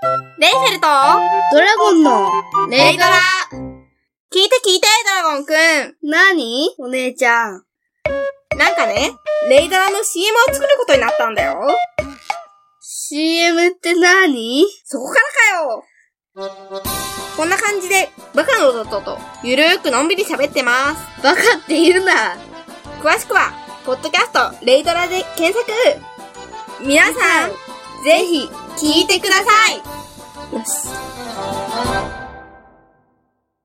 レイフェルとドラゴンのレイドラ。聞いてドラゴンくん。 なに？お姉ちゃん。 なんかね、レイドラの CM を作ることになったんだよ。 CM ってなに？ そこからかよ。こんな感じで、バカの弟とゆるーくのんびり喋ってます。 バカって言うな。 詳しくは、ポッドキャストレイドラで検索。皆さん、ぜひ聞いてください。 よし。